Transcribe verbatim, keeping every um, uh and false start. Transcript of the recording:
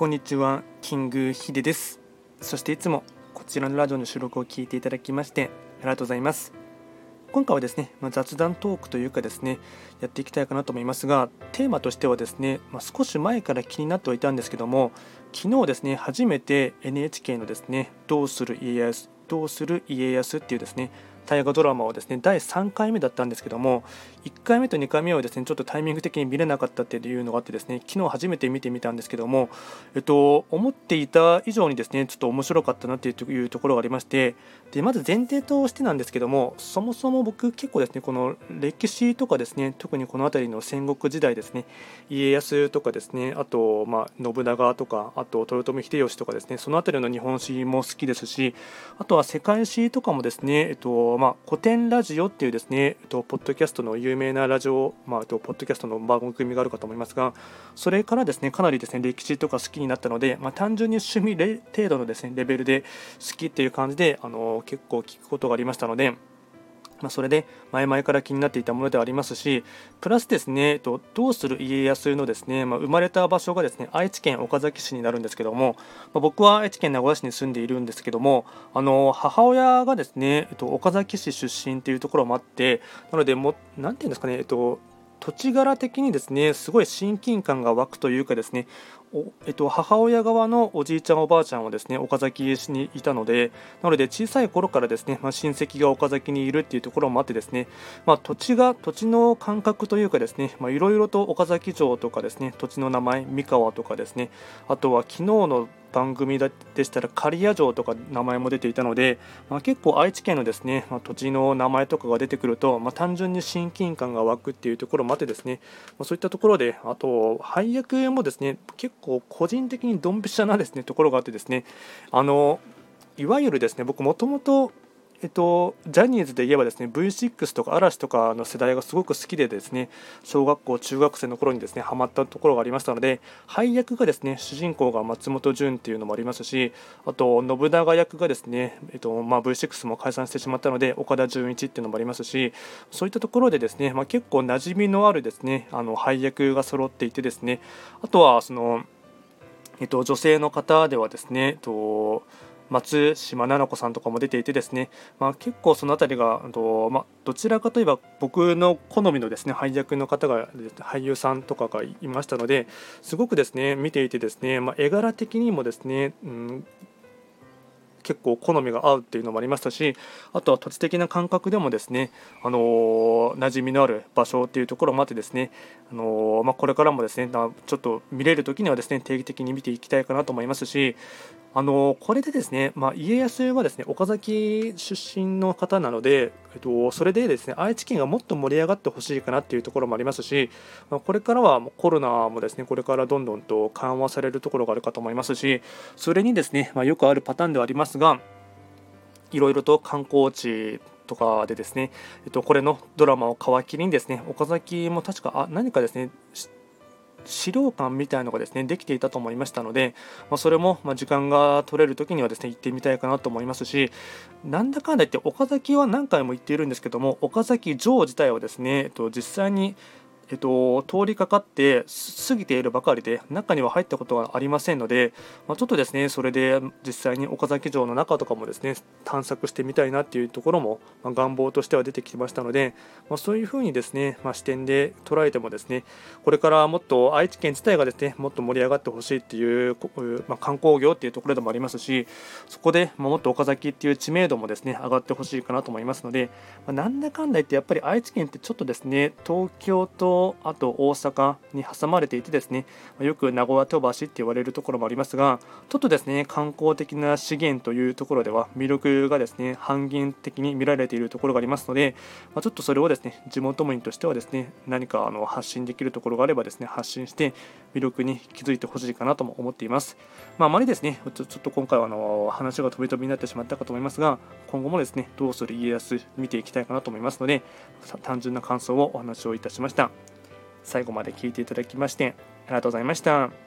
こんにちは、キングヒデです。そしていつもこちらのラジオの収録を聞いていただきましてありがとうございます。今回はですね、まあ、雑談トークというかですね、やっていきたいかなと思いますが、テーマとしてはですね、まあ、少し前から気になってはいたんですけども、昨日ですね、初めて エヌエイチケー のですね、どうする家康、どうする家康っていうですね、大河ドラマをですね、だいさんかいめだったんですけども、いっかいめとにかいめはですね、ちょっとタイミング的に見れなかったっていうのがあってですね、昨日初めて見てみたんですけども、えっと、思っていた以上にですね、ちょっと面白かったなっていうところがありまして、でまず前提としてなんですけども、そもそも僕結構ですね、この歴史とかですね、特にこの辺りの戦国時代ですね、家康とかですね、あと、まあ、信長とか、あと豊臣秀吉とかですね、その辺りの日本史も好きですし、あとは世界史とかもですね、えっとまあ、古典ラジオっていうですね、えっと、ポッドキャストの有名なラジオ、まあ、えっと、ポッドキャストの番組があるかと思いますが、それからですね、かなりですね、歴史とか好きになったので、まあ、単純に趣味レ程度のですね、レベルで好きっていう感じで、あの結構聞くことがありましたので、まあ、それで前々から気になっていたものではありますし、プラスですね、どうする家康のですね、まあ、生まれた場所がですね、愛知県岡崎市になるんですけども、まあ、僕は愛知県名古屋市に住んでいるんですけども、あの母親がですね、えっと、岡崎市出身というところもあって、なのでもなんていうんですかね、えっと土地柄的にですね、すごい親近感が湧くというかですね、おえっと、母親側のおじいちゃんおばあちゃんはですね、岡崎市にいたので、なので小さい頃からですね、まあ、親戚が岡崎にいるっていうところもあってですね、まあ、土地が土地の感覚というかですね、まあ、いろいろと岡崎城とかですね、土地の名前、三河とかですね、あとは昨日の番組でしたら刈谷城とか名前も出ていたので、まあ、結構愛知県のですね、まあ、土地の名前とかが出てくると、まあ、単純に親近感が湧くっていうところもあってですね、まあ、そういったところで、あと配役もですね、結構個人的にドンピシャなですねところがあってですね、あのいわゆるですね、僕もともとえっと、ジャニーズで言えばですね ブイシックス とか嵐とかの世代がすごく好きでですね、小学校中学生の頃にですねハマったところがありましたので、配役がですね主人公が松本潤っていうのもありますし、あと信長役がですね、えっとまあ、ブイシックス も解散してしまったので岡田准一っていうのもありますし、そういったところでですね、まあ、結構馴染みのあるですねあの配役が揃っていてですね、あとはその、えっと、女性の方ではですね、えっと松島菜々子さんとかも出ていてですね、まあ、結構そのあたりがと、まあ、どちらかといえば僕の好みのですね配役の方が俳優さんとかがいましたので、すごくですね見ていてですね、まあ、絵柄的にもですね、うん結構好みが合うっていうのもありましたし、あとは土地的な感覚でもですね、あのー、馴染みのある場所っていうところもあってですね、あのーまあ、これからもですねちょっと見れる時にはですね定期的に見ていきたいかなと思いますし、あのこれでですね、まあ、家康はですね岡崎出身の方なので、えっと、それでですね愛知県がもっと盛り上がってほしいかなっていうところもありますし、まあ、これからはコロナもですねこれからどんどんと緩和されるところがあるかと思いますし、それにですね、まあ、よくあるパターンではありますが、いろいろと観光地とかでですね、えっと、これのドラマを皮切りにですね岡崎も確かあ何かですね資料館みたいなのがですねできていたと思いましたので、まあ、それもまあ時間が取れる時にはですね行ってみたいかなと思いますし、なんだかんだ言って岡崎は何回も行っているんですけども、岡崎城自体はですね、えっと、実際にえっと、通りかかって過ぎているばかりで中には入ったことはありませんので、まあ、ちょっとですねそれで実際に岡崎城の中とかもですね探索してみたいなっていうところも、まあ、願望としては出てきましたので、まあ、そういうふうにですね、まあ、視点で捉えてもですね、これからもっと愛知県自体がですねもっと盛り上がってほしいっていう、まあ、観光業っていうところでもありますし、そこで、まあ、もっと岡崎っていう知名度もですね上がってほしいかなと思いますので、まあ、なんだかんだ言ってやっぱり愛知県ってちょっとですね東京とあと大阪に挟まれていてですね、よく名古屋飛ばしって言われるところもありますが、ちょっとですね観光的な資源というところでは魅力がですね半減的に見られているところがありますので、まあ、ちょっとそれをですね地元民としてはですね何かあの発信できるところがあればですね発信して魅力に気づいてほしいかなとも思っています。まあ、あまりですねちょ、ちょっと今回はあの話が飛び飛びになってしまったかと思いますが、今後もですねどうする家康見ていきたいかなと思いますので、単純な感想をお話をいたしました。最後まで聞いていただきましてありがとうございました。